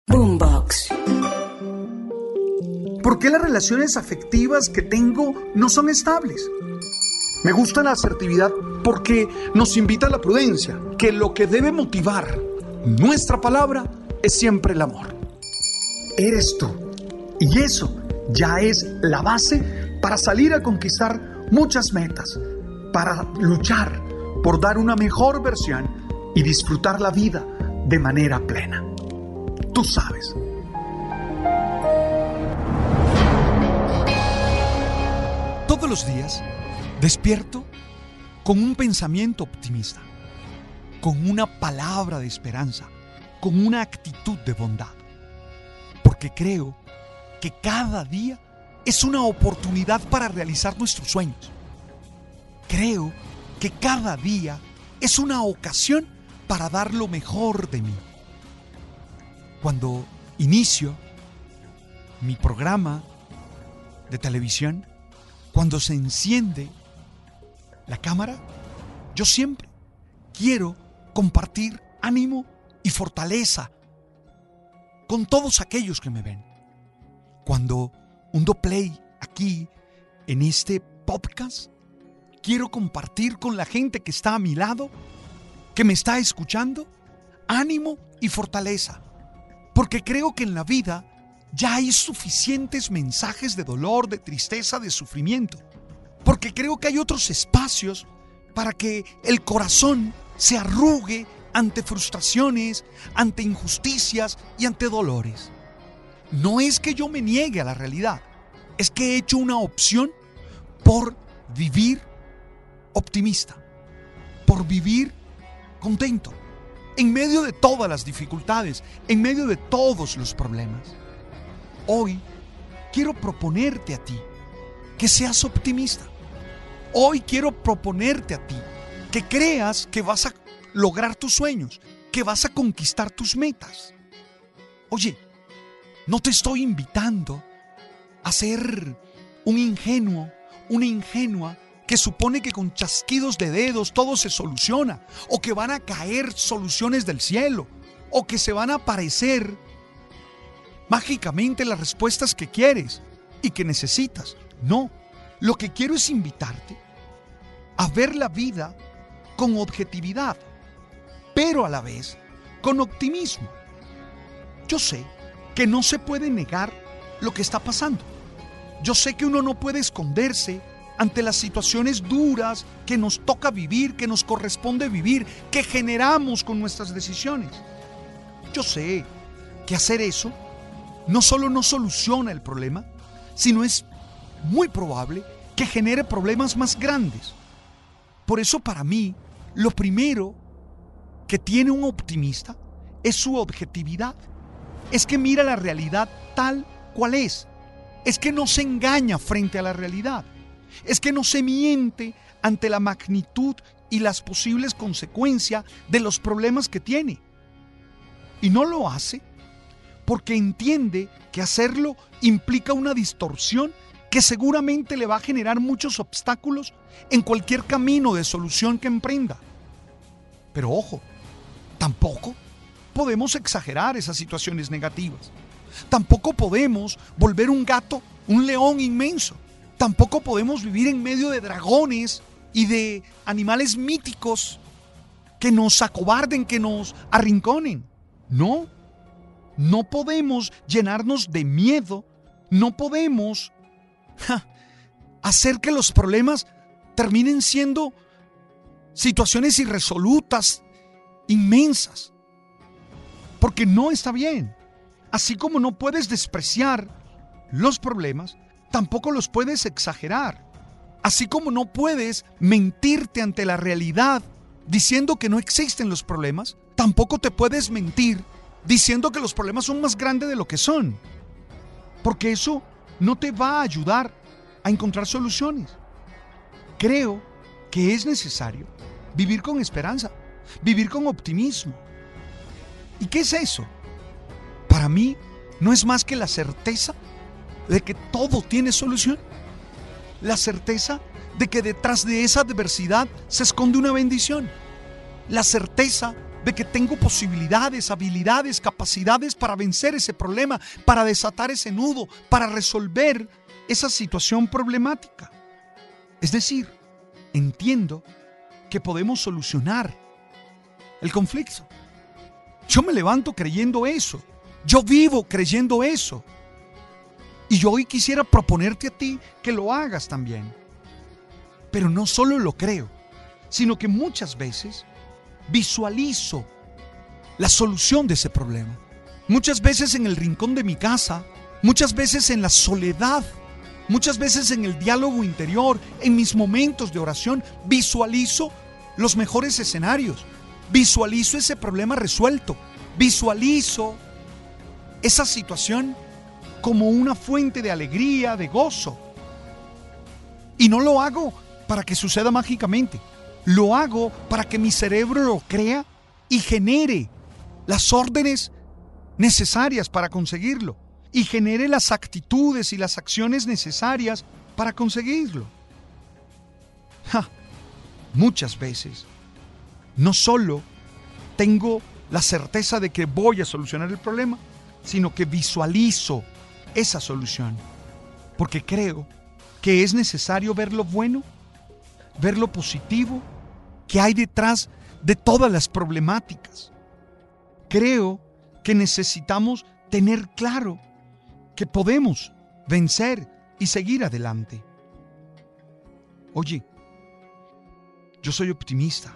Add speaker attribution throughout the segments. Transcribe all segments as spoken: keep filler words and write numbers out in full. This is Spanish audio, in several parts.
Speaker 1: Boombox.
Speaker 2: ¿Por qué las relaciones afectivas que tengo no son estables? Me gusta la asertividad porque nos invita a la prudencia, que lo que debe motivar nuestra palabra es siempre el amor. Eres tú, y eso ya es la base para salir a conquistar muchas metas, para luchar por dar una mejor versión y disfrutar la vida de manera plena. Tú sabes. Todos los días despierto con un pensamiento optimista, con una palabra de esperanza, con una actitud de bondad, porque creo que cada día es una oportunidad para realizar nuestros sueños. Creo que cada día es una ocasión para dar lo mejor de mí. Cuando inicio mi programa de televisión, cuando se enciende la cámara, yo siempre quiero compartir ánimo y fortaleza con todos aquellos que me ven. Cuando hundo play aquí en este podcast, quiero compartir con la gente que está a mi lado, que me está escuchando, ánimo y fortaleza. Porque creo que en la vida ya hay suficientes mensajes de dolor, de tristeza, de sufrimiento. Porque creo que hay otros espacios para que el corazón se arrugue ante frustraciones, ante injusticias y ante dolores. No es que yo me niegue a la realidad, es que he hecho una opción por vivir optimista, por vivir contento, en medio de todas las dificultades, en medio de todos los problemas. Hoy quiero proponerte a ti que seas optimista. Hoy quiero proponerte a ti que creas que vas a lograr tus sueños, que vas a conquistar tus metas. Oye, no te estoy invitando a ser un ingenuo, una ingenua que supone que con chasquidos de dedos todo se soluciona, o que van a caer soluciones del cielo, o que se van a aparecer mágicamente las respuestas que quieres y que necesitas. No, lo que quiero es invitarte a ver la vida con objetividad, pero a la vez con optimismo. Yo sé que no se puede negar lo que está pasando. Yo sé que uno no puede esconderse ante las situaciones duras que nos toca vivir, que nos corresponde vivir, que generamos con nuestras decisiones. Yo sé que hacer eso no solo no soluciona el problema, sino es muy probable que genere problemas más grandes. Por eso, para mí, lo primero que tiene un optimista es su objetividad. Es que mira la realidad tal cual es. Es que no se engaña frente a la realidad. Es que no se miente ante la magnitud y las posibles consecuencias de los problemas que tiene. Y no lo hace porque entiende que hacerlo implica una distorsión que seguramente le va a generar muchos obstáculos en cualquier camino de solución que emprenda. Pero ojo, tampoco podemos exagerar esas situaciones negativas. Tampoco podemos volver un gato un león inmenso. Tampoco podemos vivir en medio de dragones y de animales míticos que nos acobarden, que nos arrinconen. No, no podemos llenarnos de miedo. No podemos ja, hacer que los problemas terminen siendo situaciones irresolutas, inmensas. Porque no está bien. Así como no puedes despreciar los problemas, tampoco los puedes exagerar. Así como no puedes mentirte ante la realidad diciendo que no existen los problemas, tampoco te puedes mentir diciendo que los problemas son más grandes de lo que son. Porque eso no te va a ayudar a encontrar soluciones. Creo que es necesario vivir con esperanza, vivir con optimismo. ¿Y qué es eso? Para mí no es más que la certeza de que todo tiene solución. La certeza de que detrás de esa adversidad se esconde una bendición. La certeza de que tengo posibilidades, habilidades, capacidades para vencer ese problema, para desatar ese nudo, para resolver esa situación problemática. Es decir, entiendo que podemos solucionar el conflicto. Yo me levanto creyendo eso. Yo vivo creyendo eso. Y yo hoy quisiera proponerte a ti que lo hagas también. Pero no solo lo creo, sino que muchas veces visualizo la solución de ese problema. Muchas veces en el rincón de mi casa, muchas veces en la soledad, muchas veces en el diálogo interior, en mis momentos de oración, visualizo los mejores escenarios. Visualizo ese problema resuelto. Visualizo esa situación como una fuente de alegría, de gozo. Y no lo hago para que suceda mágicamente. Lo hago para que mi cerebro lo crea y genere las órdenes necesarias para conseguirlo. Y genere las actitudes y las acciones necesarias para conseguirlo. Ja, muchas veces, no solo tengo la certeza de que voy a solucionar el problema, sino que visualizo esa solución. Porque creo que es necesario ver lo bueno, ver lo positivo que hay detrás de todas las problemáticas. Creo que necesitamos tener claro que podemos vencer y seguir adelante. Oye, yo soy optimista.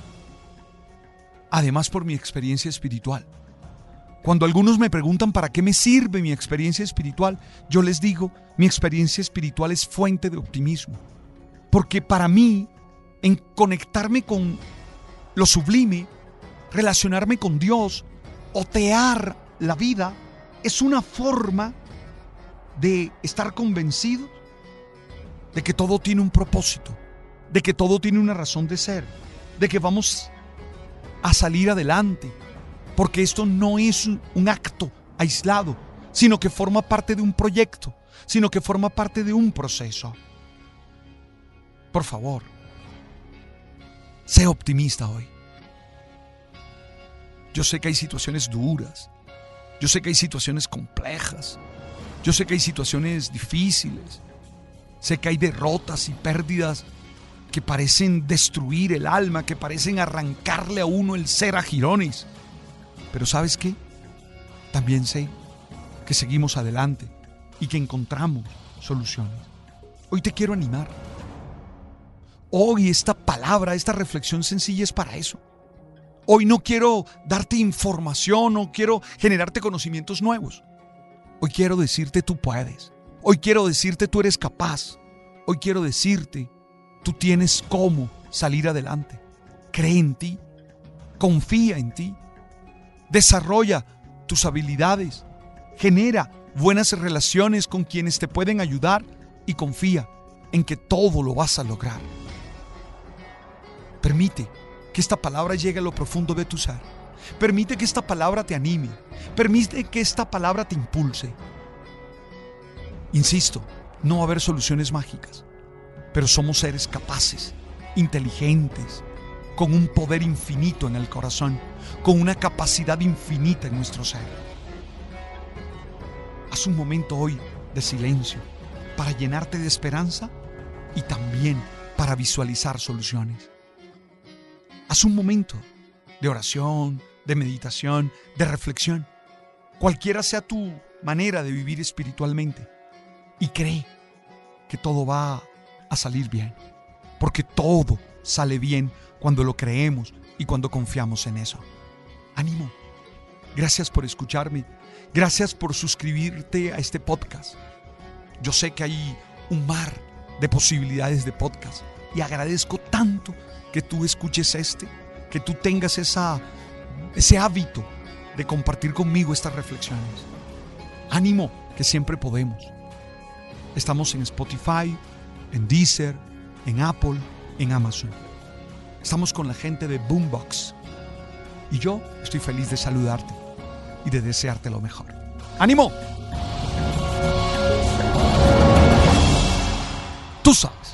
Speaker 2: Además, por mi experiencia espiritual. Cuando algunos me preguntan para qué me sirve mi experiencia espiritual, yo les digo, mi experiencia espiritual es fuente de optimismo. Porque para mí, en conectarme con lo sublime, relacionarme con Dios, otear la vida, es una forma de estar convencido de que todo tiene un propósito, de que todo tiene una razón de ser, de que vamos a salir adelante, porque esto no es un, un acto aislado, sino que forma parte de un proyecto, sino que forma parte de un proceso. Por favor, sé optimista hoy. Yo sé que hay situaciones duras, yo sé que hay situaciones complejas, yo sé que hay situaciones difíciles, sé que hay derrotas y pérdidas que parecen destruir el alma, que parecen arrancarle a uno el ser a jirones. Pero ¿sabes qué? También sé que seguimos adelante y que encontramos soluciones. Hoy te quiero animar. Hoy esta palabra, esta reflexión sencilla es para eso. Hoy no quiero darte información, no quiero generarte conocimientos nuevos. Hoy quiero decirte tú puedes. Hoy quiero decirte tú eres capaz. Hoy quiero decirte tú tienes cómo salir adelante. Cree en ti. Confía en ti. Desarrolla tus habilidades. Genera buenas relaciones con quienes te pueden ayudar y confía en que todo lo vas a lograr. Permite que esta palabra llegue a lo profundo de tu ser. Permite que esta palabra te anime. Permite que esta palabra te impulse. Insisto, no va a haber soluciones mágicas, pero somos seres capaces, inteligentes, con un poder infinito en el corazón, con una capacidad infinita en nuestro ser. Haz un momento hoy de silencio para llenarte de esperanza y también para visualizar soluciones. Haz un momento de oración, de meditación, de reflexión, cualquiera sea tu manera de vivir espiritualmente, y cree que todo va a salir bien, porque todo sale bien cuando lo creemos y cuando confiamos en eso. Ánimo. Gracias por escucharme. Gracias por suscribirte a este podcast. Yo sé que hay un mar de posibilidades de podcast y agradezco tanto que tú escuches este, que tú tengas esa, ese hábito de compartir conmigo estas reflexiones. Ánimo, que siempre podemos. Estamos en Spotify, en Deezer, en Apple, en Amazon. Estamos con la gente de Boombox. Y yo estoy feliz de saludarte y de desearte lo mejor. ¡Ánimo! Tú sabes.